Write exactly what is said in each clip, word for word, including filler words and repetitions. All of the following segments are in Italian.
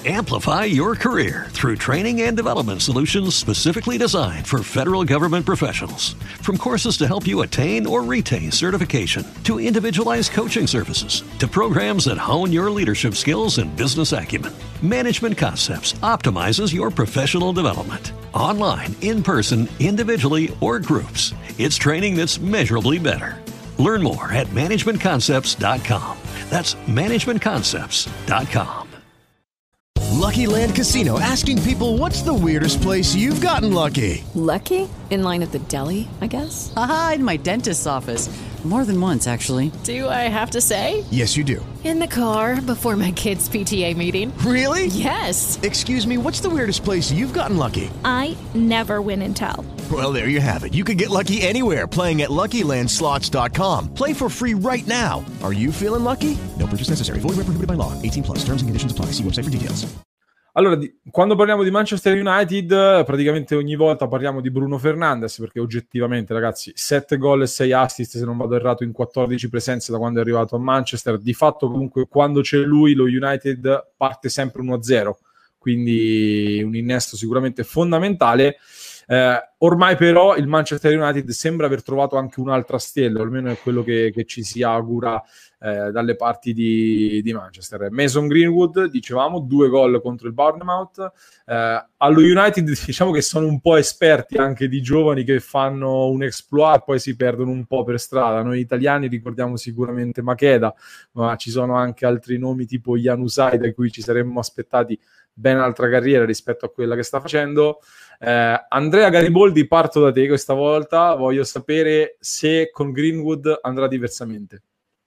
Amplify your career through training and development solutions specifically designed for federal government professionals. From courses to help you attain or retain certification, to individualized coaching services, to programs that hone your leadership skills and business acumen, Management Concepts optimizes your professional development. Online, in person, individually, or groups, it's training that's measurably better. Learn more at management concepts dot com. That's management concepts dot com. Lucky Land Casino, asking people, what's the weirdest place you've gotten lucky? Lucky? In line at the deli, I guess? Aha, in my dentist's office. More than once, actually. Do I have to say? Yes, you do. In the car before my kids' P T A meeting. Really? Yes. Excuse me, what's the weirdest place you've gotten lucky? I never win and tell. Well, there you have it. You can get lucky anywhere, playing at lucky land slots dot com. Play for free right now. Are you feeling lucky? No purchase necessary. Void where prohibited by law. eighteen plus. Terms and conditions apply. See website for details. Allora, di, quando parliamo di Manchester United, praticamente ogni volta parliamo di Bruno Fernandes, perché oggettivamente, ragazzi, sette gol e sei assist, se non vado errato, in quattordici presenze da quando è arrivato a Manchester. Di fatto, comunque, quando c'è lui, lo United parte sempre uno a zero, quindi un innesto sicuramente fondamentale. Eh, ormai però il Manchester United sembra aver trovato anche un'altra stella, o almeno è quello che, che ci si augura eh, dalle parti di, di Manchester. Mason Greenwood, dicevamo, due gol contro il Bournemouth. Eh, allo United diciamo che sono un po' esperti anche di giovani che fanno un exploit e poi si perdono un po' per strada. Noi italiani ricordiamo sicuramente Macheda, ma ci sono anche altri nomi tipo Januzaj, da cui ci saremmo aspettati ben altra carriera rispetto a quella che sta facendo. Eh, Andrea Gariboldi, parto da te questa volta, voglio sapere se con Greenwood andrà diversamente.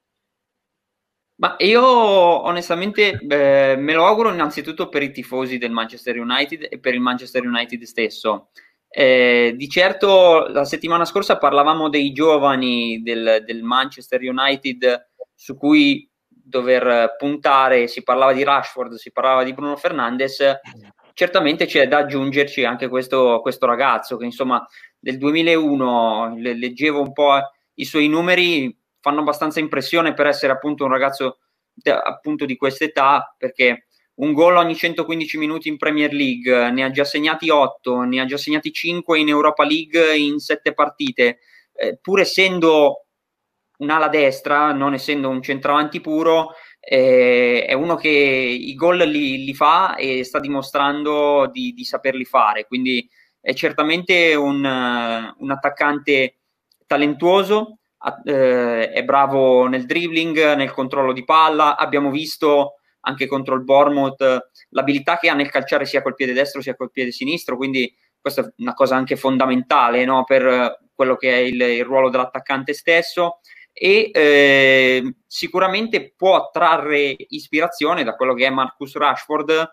Ma io onestamente eh, me lo auguro innanzitutto per i tifosi del Manchester United e per il Manchester United stesso. Eh, di certo la settimana scorsa parlavamo dei giovani del, del Manchester United su cui dover puntare, si parlava di Rashford, si parlava di Bruno Fernandes. Certamente c'è da aggiungerci anche questo, questo ragazzo che insomma del duemilauno, le, leggevo un po' i suoi numeri, fanno abbastanza impressione per essere appunto un ragazzo de, appunto di quest'età, perché un gol ogni centoquindici minuti in Premier League, ne ha già segnati otto, ne ha già segnati cinque in Europa League in sette partite, eh, pur essendo un'ala destra, non essendo un centravanti puro, eh, è uno che i gol li, li fa e sta dimostrando di, di saperli fare, quindi è certamente un, uh, un attaccante talentuoso, eh, è bravo nel dribbling, nel controllo di palla. Abbiamo visto anche contro il Bournemouth l'abilità che ha nel calciare sia col piede destro sia col piede sinistro, quindi questa è una cosa anche fondamentale, no, per quello che è il, il ruolo dell'attaccante stesso. E eh, sicuramente può trarre ispirazione da quello che è Marcus Rashford,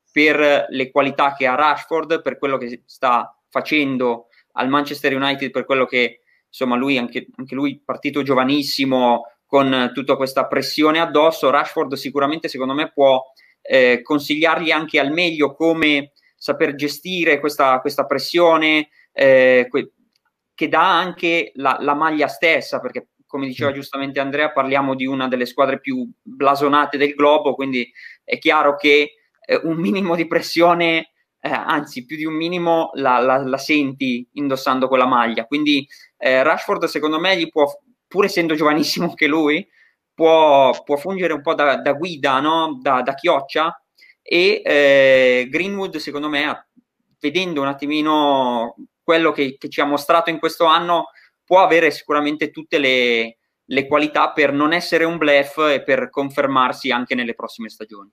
per le qualità che ha Rashford, per quello che sta facendo al Manchester United, per quello che insomma lui anche, anche lui partito giovanissimo con tutta questa pressione addosso. Rashford sicuramente secondo me può eh, consigliargli anche al meglio come saper gestire questa, questa pressione eh, que- che dà anche la, la maglia stessa, perché come diceva giustamente Andrea, parliamo di una delle squadre più blasonate del globo, quindi è chiaro che eh, un minimo di pressione, eh, anzi più di un minimo, la, la, la senti indossando quella maglia. Quindi eh, Rashford secondo me gli può, pur essendo giovanissimo anche lui, può, può fungere un po' da, da guida, no? da, da chioccia, e eh, Greenwood secondo me, vedendo un attimino quello che, che ci ha mostrato in questo anno, può avere sicuramente tutte le, le qualità per non essere un bluff e per confermarsi anche nelle prossime stagioni.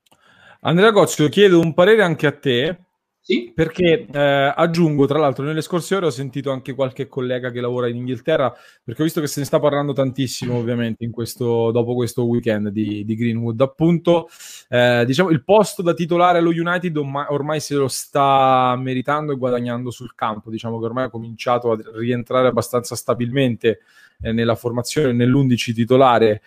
Andrea Gozio, chiedo un parere anche a te. Sì. Perché eh, aggiungo, tra l'altro, nelle scorse ore ho sentito anche qualche collega che lavora in Inghilterra, perché ho visto che se ne sta parlando tantissimo ovviamente in questo, dopo questo weekend di, di Greenwood, appunto. Eh, diciamo il posto da titolare allo United ormai, ormai se lo sta meritando e guadagnando sul campo. Diciamo che ormai ha cominciato a rientrare abbastanza stabilmente eh, nella formazione, nell'undici titolare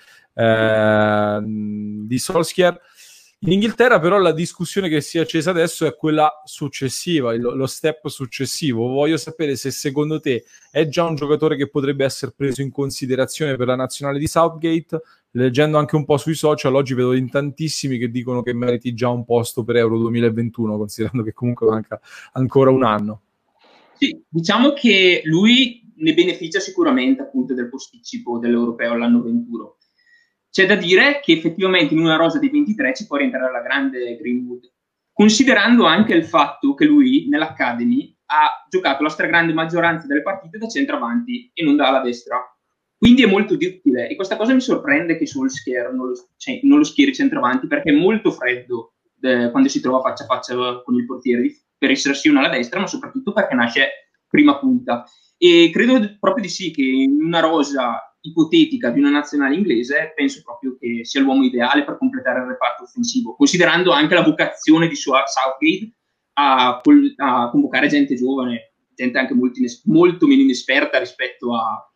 eh, di Solskjaer. In Inghilterra però la discussione che si è accesa adesso è quella successiva, il, lo step successivo. Voglio sapere se secondo te è già un giocatore che potrebbe essere preso in considerazione per la nazionale di Southgate, leggendo anche un po' sui social, oggi vedo in tantissimi che dicono che meriti già un posto per Euro duemilaventuno, considerando che comunque manca ancora un anno. Sì, diciamo che lui ne beneficia sicuramente appunto del posticipo dell'Europeo all'anno ventuno. C'è da dire che effettivamente in una rosa dei ventitré ci può rientrare la grande Greenwood, considerando anche il fatto che lui nell'Academy ha giocato la stragrande maggioranza delle partite da centravanti e non da ala destra. Quindi è molto utile, e questa cosa mi sorprende che Solskjaer non lo, cioè, non lo schieri centravanti, perché è molto freddo eh, quando si trova faccia a faccia con il portiere, per essere sia una alla destra, ma soprattutto perché nasce prima punta. E credo proprio di sì che in una rosa ipotetica di una nazionale inglese penso proprio che sia l'uomo ideale per completare il reparto offensivo, considerando anche la vocazione di Southgate a, a convocare gente giovane, gente anche molto, ines- molto meno inesperta rispetto a,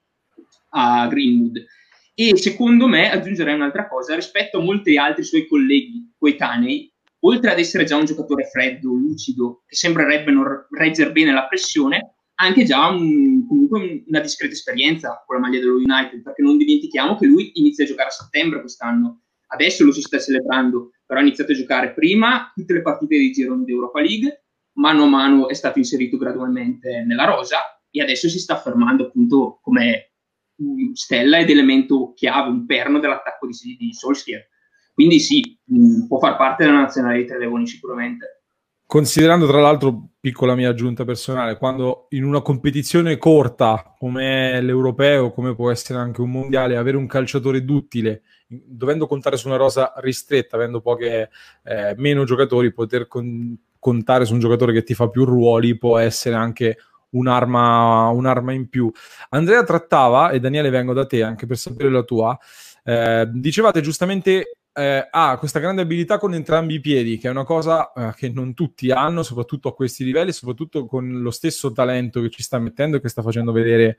a Greenwood. E secondo me, aggiungerei un'altra cosa, rispetto a molti altri suoi colleghi coetanei, oltre ad essere già un giocatore freddo, lucido, che sembrerebbe non reggere bene la pressione, anche già un, comunque una discreta esperienza con la maglia dello United, perché non dimentichiamo che lui inizia a giocare a settembre quest'anno, adesso lo si sta celebrando, però ha iniziato a giocare prima tutte le partite di gironi di Europa League, mano a mano è stato inserito gradualmente nella rosa e adesso si sta affermando appunto come stella ed elemento chiave, un perno dell'attacco di, di Solskjaer. Quindi sì, mh, può far parte della nazionale di Tre Leoni sicuramente. Considerando tra l'altro, piccola mia aggiunta personale, quando in una competizione corta come l'Europeo, come può essere anche un mondiale, avere un calciatore duttile, dovendo contare su una rosa ristretta, avendo poche eh, meno giocatori, poter con- contare su un giocatore che ti fa più ruoli può essere anche un'arma, un'arma in più. Andrea trattava, e Daniele vengo da te anche per sapere la tua, eh, dicevate giustamente Eh, ha questa grande abilità con entrambi i piedi, che è una cosa eh, che non tutti hanno, soprattutto a questi livelli, soprattutto con lo stesso talento che ci sta mettendo e che sta facendo vedere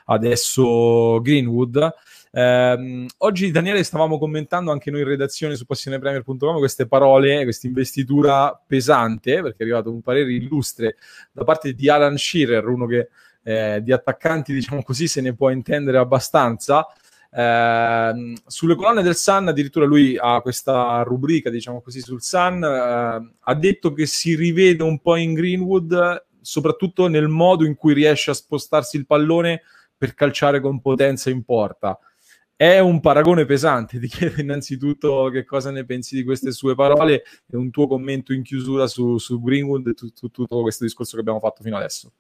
adesso Greenwood. Eh, oggi, Daniele, stavamo commentando anche noi in redazione su passione premier punto com queste parole, questa investitura pesante, perché è arrivato un parere illustre da parte di Alan Shearer, uno che eh, di attaccanti, diciamo così, se ne può intendere abbastanza. Eh, sulle colonne del Sun, addirittura lui ha questa rubrica, diciamo così, sul Sun, eh, ha detto che si rivede un po' in Greenwood, soprattutto nel modo in cui riesce a spostarsi il pallone per calciare con potenza in porta. È un paragone pesante. Ti chiedo innanzitutto che cosa ne pensi di queste sue parole e un tuo commento in chiusura su, su Greenwood e tu, tu, tutto questo discorso che abbiamo fatto fino adesso.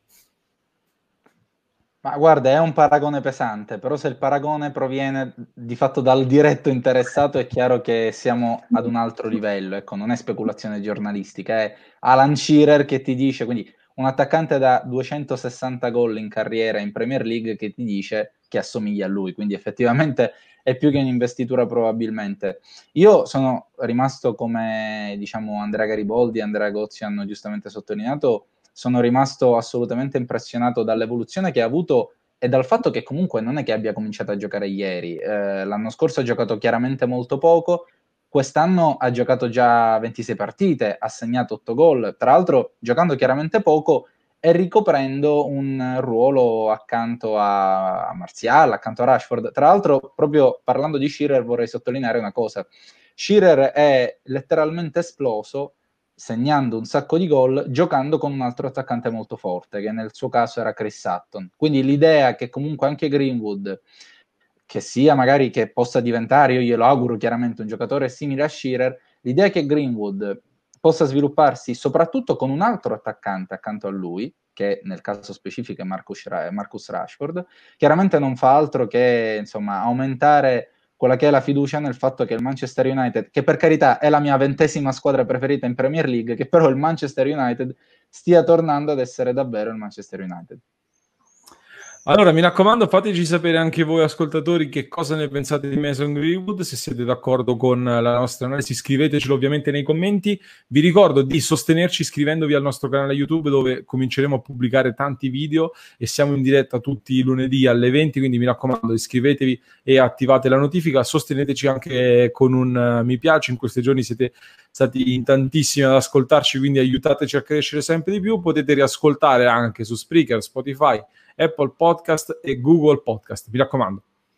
Ma guarda, è un paragone pesante, però se il paragone proviene di fatto dal diretto interessato è chiaro che siamo ad un altro livello, ecco, non è speculazione giornalistica, è Alan Shearer che ti dice, quindi un attaccante da duecentosessanta gol in carriera in Premier League che ti dice che assomiglia a lui, quindi effettivamente è più che un'investitura probabilmente. Io sono rimasto, come diciamo Andrea Gariboldi e Andrea Gozzi hanno giustamente sottolineato, sono rimasto assolutamente impressionato dall'evoluzione che ha avuto e dal fatto che comunque non è che abbia cominciato a giocare ieri. Eh, l'anno scorso ha giocato chiaramente molto poco, quest'anno ha giocato già ventisei partite, ha segnato otto gol, tra l'altro giocando chiaramente poco e ricoprendo un ruolo accanto a, a Martial, accanto a Rashford. Tra l'altro, proprio parlando di Shearer vorrei sottolineare una cosa. Shearer è letteralmente esploso segnando un sacco di gol, giocando con un altro attaccante molto forte, che nel suo caso era Chris Sutton. Quindi l'idea che comunque anche Greenwood, che sia magari che possa diventare, io glielo auguro chiaramente, un giocatore simile a Shearer, l'idea che Greenwood possa svilupparsi soprattutto con un altro attaccante accanto a lui, che nel caso specifico è Marcus, Marcus Rashford, chiaramente non fa altro che insomma aumentare quella che è la fiducia nel fatto che il Manchester United, che per carità è la mia ventesima squadra preferita in Premier League, che però il Manchester United stia tornando ad essere davvero il Manchester United. Allora, mi raccomando, fateci sapere anche voi ascoltatori che cosa ne pensate di Mason Greenwood, se siete d'accordo con la nostra analisi, scrivetecelo ovviamente nei commenti. Vi ricordo di sostenerci iscrivendovi al nostro canale YouTube, dove cominceremo a pubblicare tanti video e siamo in diretta tutti i lunedì alle venti, quindi mi raccomando, iscrivetevi e attivate la notifica. Sosteneteci anche con un uh, mi piace, in questi giorni siete stati in tantissimi ad ascoltarci, quindi aiutateci a crescere sempre di più. Potete riascoltare anche su Spreaker, Spotify, Apple Podcast e Google Podcast, mi raccomando.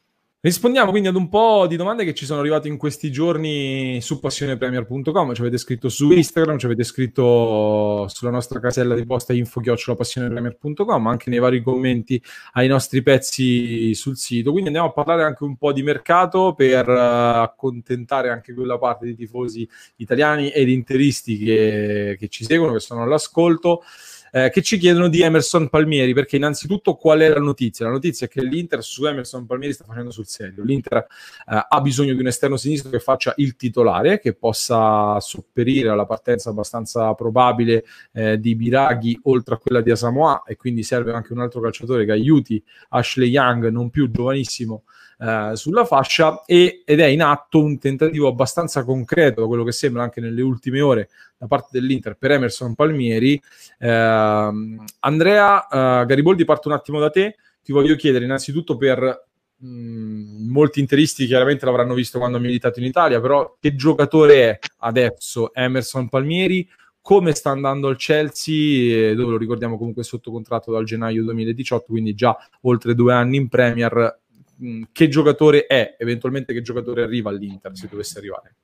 Rispondiamo quindi ad un po' di domande che ci sono arrivate in questi giorni su passione premier punto com. Ci avete scritto su Instagram, ci avete scritto sulla nostra casella di posta info chiocciola passione premier punto com, anche nei vari commenti ai nostri pezzi sul sito. Quindi andiamo a parlare anche un po' di mercato per uh, accontentare anche quella parte di tifosi italiani ed interisti che, che ci seguono, che sono all'ascolto. Eh, che ci chiedono di Emerson Palmieri, perché innanzitutto qual è la notizia? La notizia è che l'Inter su Emerson Palmieri sta facendo sul serio. L'Inter eh, ha bisogno di un esterno sinistro che faccia il titolare, che possa sopperire alla partenza abbastanza probabile eh, di Biraghi oltre a quella di Asamoah, e quindi serve anche un altro calciatore che aiuti Ashley Young, non più giovanissimo, Uh, sulla fascia, e, ed è in atto un tentativo abbastanza concreto, da quello che sembra anche nelle ultime ore, da parte dell'Inter per Emerson Palmieri. uh, Andrea uh, Gariboldi, parto un attimo da te, ti voglio chiedere innanzitutto per mh, molti interisti chiaramente l'avranno visto quando ha militato in Italia, però che giocatore è adesso Emerson Palmieri, come sta andando al Chelsea, dove lo ricordiamo comunque sotto contratto dal gennaio duemiladiciotto, quindi già oltre due anni in Premier. Che giocatore è, eventualmente che giocatore arriva all'Inter se dovesse arrivare?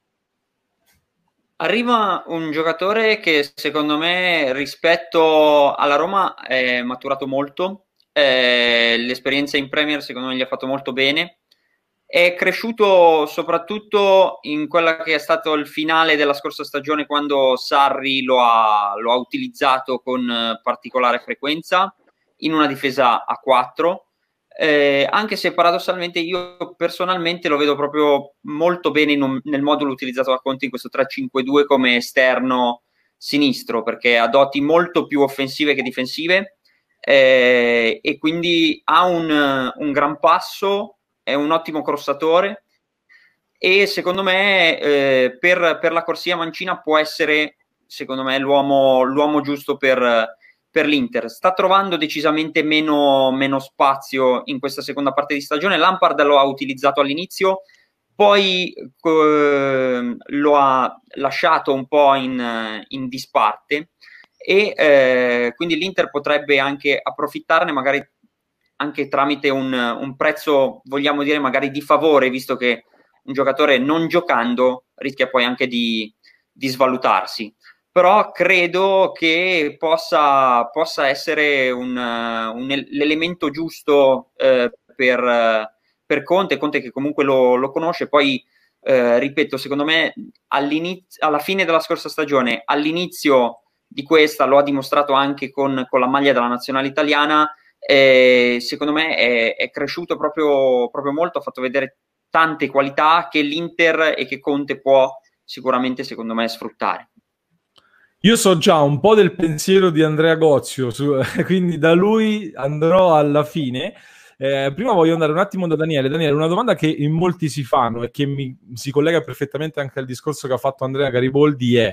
Arriva un giocatore che secondo me rispetto alla Roma è maturato molto, eh, l'esperienza in Premier secondo me gli ha fatto molto bene, è cresciuto soprattutto in quella che è stato il finale della scorsa stagione, quando Sarri lo ha, lo ha utilizzato con particolare frequenza in una difesa a quattro. Eh, anche se paradossalmente io personalmente lo vedo proprio molto bene in un, nel modulo utilizzato da Conte in questo tre cinque due come esterno sinistro, perché ha doti molto più offensive che difensive, eh, e quindi ha un, un gran passo, è un ottimo crossatore, e secondo me eh, per, per la corsia mancina può essere secondo me l'uomo, l'uomo giusto per per l'Inter. Sta trovando decisamente meno, meno spazio in questa seconda parte di stagione. Lampard lo ha utilizzato all'inizio, poi eh, lo ha lasciato un po' in, in disparte, e eh, quindi l'Inter potrebbe anche approfittarne, magari anche tramite un, un prezzo, vogliamo dire, magari di favore, visto che un giocatore non giocando rischia poi anche di, di svalutarsi. Però credo che possa, possa essere un, un, l'elemento giusto eh, per, per Conte, Conte che comunque lo, lo conosce. Poi, eh, ripeto, secondo me all'inizio, alla fine della scorsa stagione, all'inizio di questa lo ha dimostrato anche con, con la maglia della nazionale italiana, eh, secondo me è, è cresciuto proprio, proprio molto, ha fatto vedere tante qualità che l'Inter e che Conte può sicuramente, secondo me, sfruttare. Io so già un po' del pensiero di Andrea Gozio, su, quindi da lui andrò alla fine. Eh, prima voglio andare un attimo da Daniele. Daniele, una domanda che in molti si fanno e che mi, si collega perfettamente anche al discorso che ha fatto Andrea Gariboldi è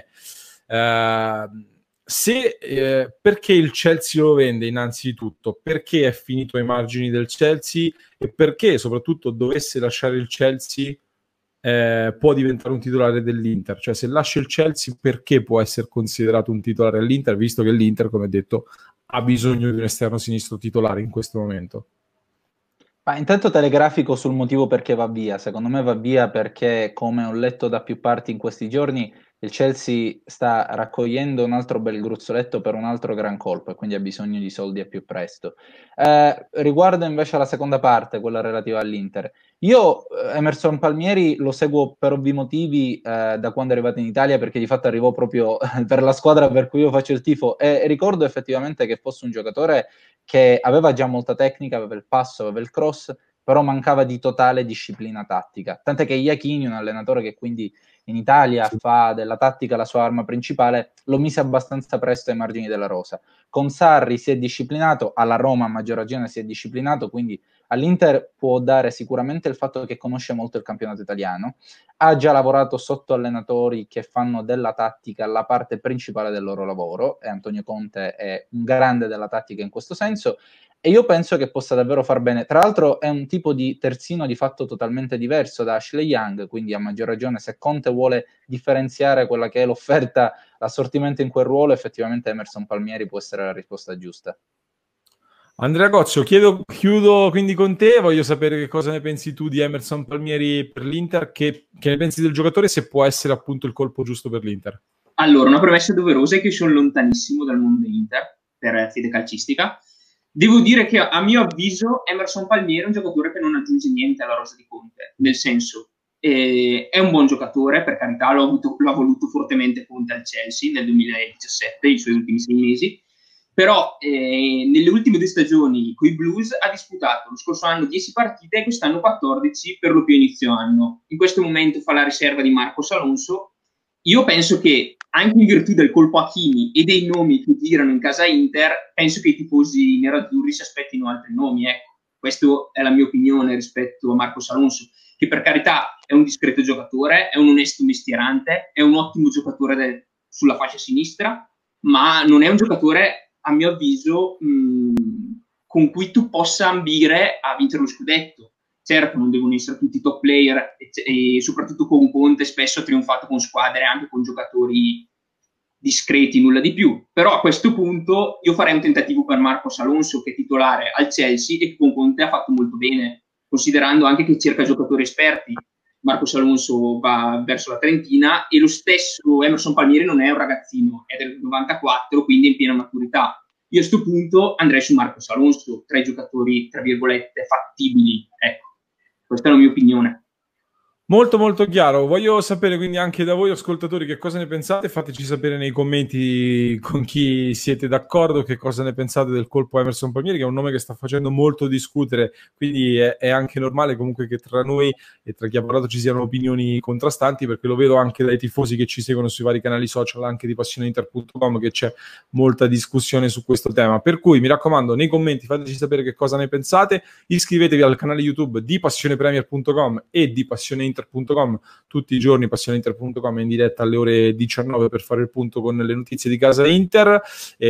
eh, se, eh, perché il Chelsea lo vende innanzitutto, perché è finito ai margini del Chelsea e perché soprattutto dovesse lasciare il Chelsea Eh, può diventare un titolare dell'Inter, cioè se lascia il Chelsea perché può essere considerato un titolare all'Inter, visto che l'Inter, come detto, ha bisogno di un esterno sinistro titolare in questo momento. Ma intanto telegrafico sul motivo perché va via. Secondo me va via perché, come ho letto da più parti in questi giorni, il Chelsea sta raccogliendo un altro bel gruzzoletto per un altro gran colpo e quindi ha bisogno di soldi a più presto. Eh, riguardo invece alla seconda parte, quella relativa all'Inter, io Emerson Palmieri lo seguo per ovvi motivi eh, da quando è arrivato in Italia, perché di fatto arrivò proprio per la squadra per cui io faccio il tifo, e ricordo effettivamente che fosse un giocatore che aveva già molta tecnica, aveva il passo, aveva il cross, però mancava di totale disciplina tattica. Tant'è che Iachini, un allenatore che quindi in Italia fa della tattica la sua arma principale, lo mise abbastanza presto ai margini della rosa. Con Sarri si è disciplinato, alla Roma a maggior ragione si è disciplinato, quindi all'Inter può dare sicuramente il fatto che conosce molto il campionato italiano, ha già lavorato sotto allenatori che fanno della tattica la parte principale del loro lavoro, e Antonio Conte è un grande della tattica in questo senso, e io penso che possa davvero far bene. Tra l'altro è un tipo di terzino di fatto totalmente diverso da Ashley Young, quindi a maggior ragione se Conte vuole differenziare quella che è l'offerta, l'assortimento in quel ruolo, effettivamente Emerson Palmieri può essere la risposta giusta. Andrea Gozio, chiedo, chiudo quindi con te, voglio sapere che cosa ne pensi tu di Emerson Palmieri per l'Inter, che, che ne pensi del giocatore, se può essere appunto il colpo giusto per l'Inter. Allora, una premessa doverosa è che sono lontanissimo dal mondo Inter per fede calcistica. Devo dire che a mio avviso Emerson Palmieri è un giocatore che non aggiunge niente alla rosa di Conte, nel senso eh, è un buon giocatore, per carità, l'ho, avuto, l'ho voluto fortemente Conte al Chelsea nel duemiladiciassette, i suoi ultimi sei mesi, però eh, nelle ultime due stagioni con i Blues ha disputato lo scorso anno dieci partite e quest'anno quattordici per lo più inizio anno. In questo momento fa la riserva di Marcos Alonso. Io penso che anche in virtù del colpo Hakimi e dei nomi che girano in casa Inter, penso che i tifosi nerazzurri si aspettino altri nomi. Ecco, questa è la mia opinione rispetto a Marcos Alonso, che per carità è un discreto giocatore, è un onesto mestierante, è un ottimo giocatore de- sulla fascia sinistra, ma non è un giocatore, a mio avviso, mh, con cui tu possa ambire a vincere lo scudetto. Certo, non devono essere tutti top player e, e soprattutto con Conte spesso ha trionfato con squadre anche con giocatori discreti, nulla di più. Però a questo punto io farei un tentativo per Marcos Alonso, che è titolare al Chelsea e che con Conte ha fatto molto bene, considerando anche che cerca giocatori esperti. Marcos Alonso va verso la trentina e lo stesso Emerson Palmieri non è un ragazzino, è del novantaquattro, quindi in piena maturità. Io a questo punto andrei su Marcos Alonso, tra i giocatori, tra virgolette, fattibili, ecco. Questa è la mia opinione. Molto molto chiaro. Voglio sapere quindi anche da voi ascoltatori che cosa ne pensate, fateci sapere nei commenti con chi siete d'accordo, che cosa ne pensate del colpo Emerson Palmieri, che è un nome che sta facendo molto discutere, quindi è, è anche normale comunque che tra noi e tra chi ha parlato ci siano opinioni contrastanti, perché lo vedo anche dai tifosi che ci seguono sui vari canali social, anche di passioneinter punto com, che c'è molta discussione su questo tema. Per cui mi raccomando, nei commenti fateci sapere che cosa ne pensate, iscrivetevi al canale YouTube di passionepremier punto com e di passioneinter punto com, tutti i giorni passioneinter punto com è in diretta alle ore diciannove per fare il punto con le notizie di casa Inter,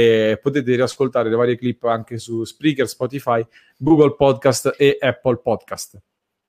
e potete riascoltare le varie clip anche su Spreaker, Spotify, Google Podcast e Apple Podcast.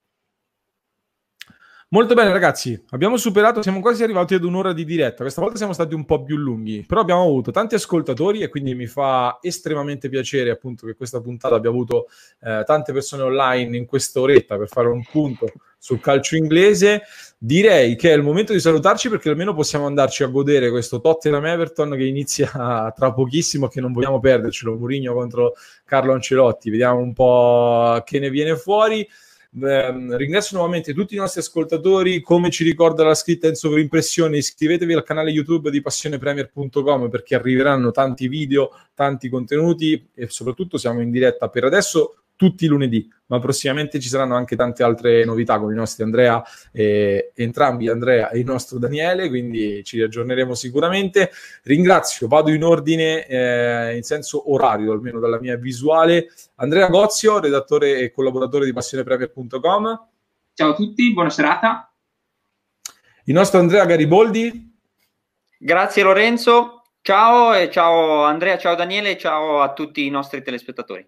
Molto bene ragazzi, abbiamo superato, siamo quasi arrivati ad un'ora di diretta, questa volta siamo stati un po' più lunghi, però abbiamo avuto tanti ascoltatori e quindi mi fa estremamente piacere appunto che questa puntata abbia avuto eh, tante persone online in questa oretta per fare un punto sul calcio inglese. Direi che è il momento di salutarci, perché almeno possiamo andarci a godere questo Tottenham-Everton che inizia tra pochissimo, che non vogliamo perdercelo, Mourinho contro Carlo Ancelotti, vediamo un po' che ne viene fuori. Eh, ringrazio nuovamente tutti i nostri ascoltatori, come ci ricorda la scritta in sovrimpressione, iscrivetevi al canale YouTube di passionepremier punto com, perché arriveranno tanti video, tanti contenuti e soprattutto siamo in diretta per adesso tutti i lunedì, ma prossimamente ci saranno anche tante altre novità con i nostri Andrea, eh, entrambi Andrea e il nostro Daniele, quindi ci aggiorneremo sicuramente. Ringrazio, vado in ordine eh, in senso orario, almeno dalla mia visuale, Andrea Gozio, redattore e collaboratore di passionepremier punto com. Ciao a tutti, buona serata. Il nostro Andrea Gariboldi. Grazie Lorenzo, ciao e ciao Andrea, ciao Daniele, ciao a tutti i nostri telespettatori.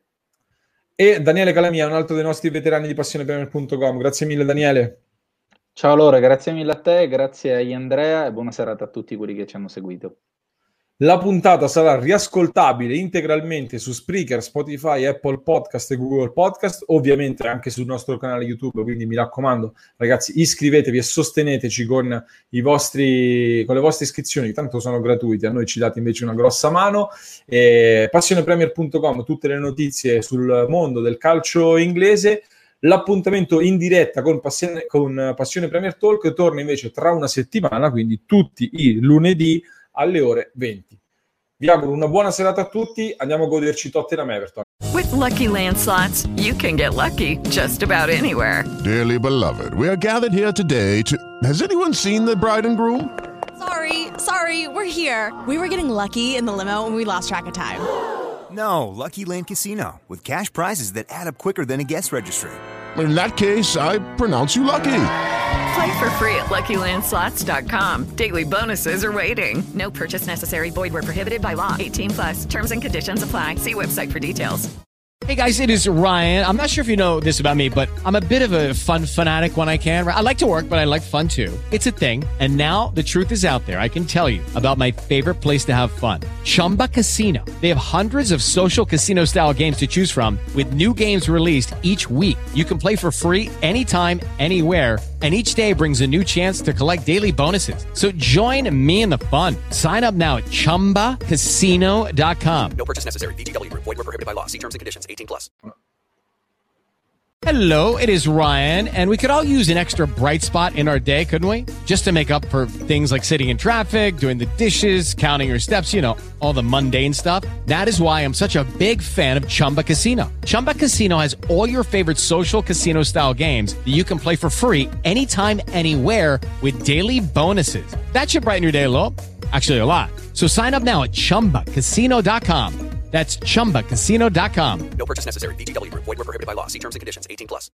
E Daniele Calamia, un altro dei nostri veterani di passionepremier punto com. Grazie mille Daniele. Ciao Lore, grazie mille a te, grazie agli Andrea e buona serata a tutti quelli che ci hanno seguito. La puntata sarà riascoltabile integralmente su Spreaker, Spotify, Apple Podcast e Google Podcast, ovviamente anche sul nostro canale YouTube, quindi mi raccomando ragazzi, iscrivetevi e sosteneteci con i vostri con le vostre iscrizioni, tanto sono gratuite, a noi ci date invece una grossa mano. E passionepremier punto com, tutte le notizie sul mondo del calcio inglese. L'appuntamento in diretta con Passione, con Passione Premier Talk torna invece tra una settimana, quindi tutti i lunedì alle ore venti. Vi auguro una buona serata a tutti, andiamo a goderci Tottenham Everton. With Lucky Land Slots, you can get lucky just about anywhere. Dearly beloved, we are gathered here today to... Has anyone seen the bride and groom? Sorry, sorry, we're here. We were getting lucky in the limo and we lost track of time. No, Lucky Land Casino, with cash prizes that add up quicker than a guest registry. In that case, I pronounce you lucky. Play for free at lucky land slots dot com. Daily bonuses are waiting. No purchase necessary. Void where prohibited by law. eighteen plus. Terms and conditions apply. See website for details. Hey guys, it is Ryan. I'm not sure if you know this about me, but I'm a bit of a fun fanatic when I can. I like to work, but I like fun too. It's a thing. And now the truth is out there. I can tell you about my favorite place to have fun. Chumba Casino. They have hundreds of social casino style games to choose from with new games released each week. You can play for free anytime, anywhere. And each day brings a new chance to collect daily bonuses. So join me in the fun. Sign up now at chumba casino dot com. No purchase necessary. V G W Group. Void where prohibited by law. See terms and conditions. eighteen plus. Hello, it is Ryan, and we could all use an extra bright spot in our day, couldn't we? Just to make up for things like sitting in traffic, doing the dishes, counting your steps, you know, all the mundane stuff. That is why I'm such a big fan of Chumba Casino. Chumba Casino has all your favorite social casino-style games that you can play for free anytime, anywhere with daily bonuses. That should brighten your day a little. Actually, a lot. So sign up now at chumba casino dot com. That's chumba casino dot com. No purchase necessary. V G W Group. Void where prohibited by law. See terms and conditions. eighteen plus.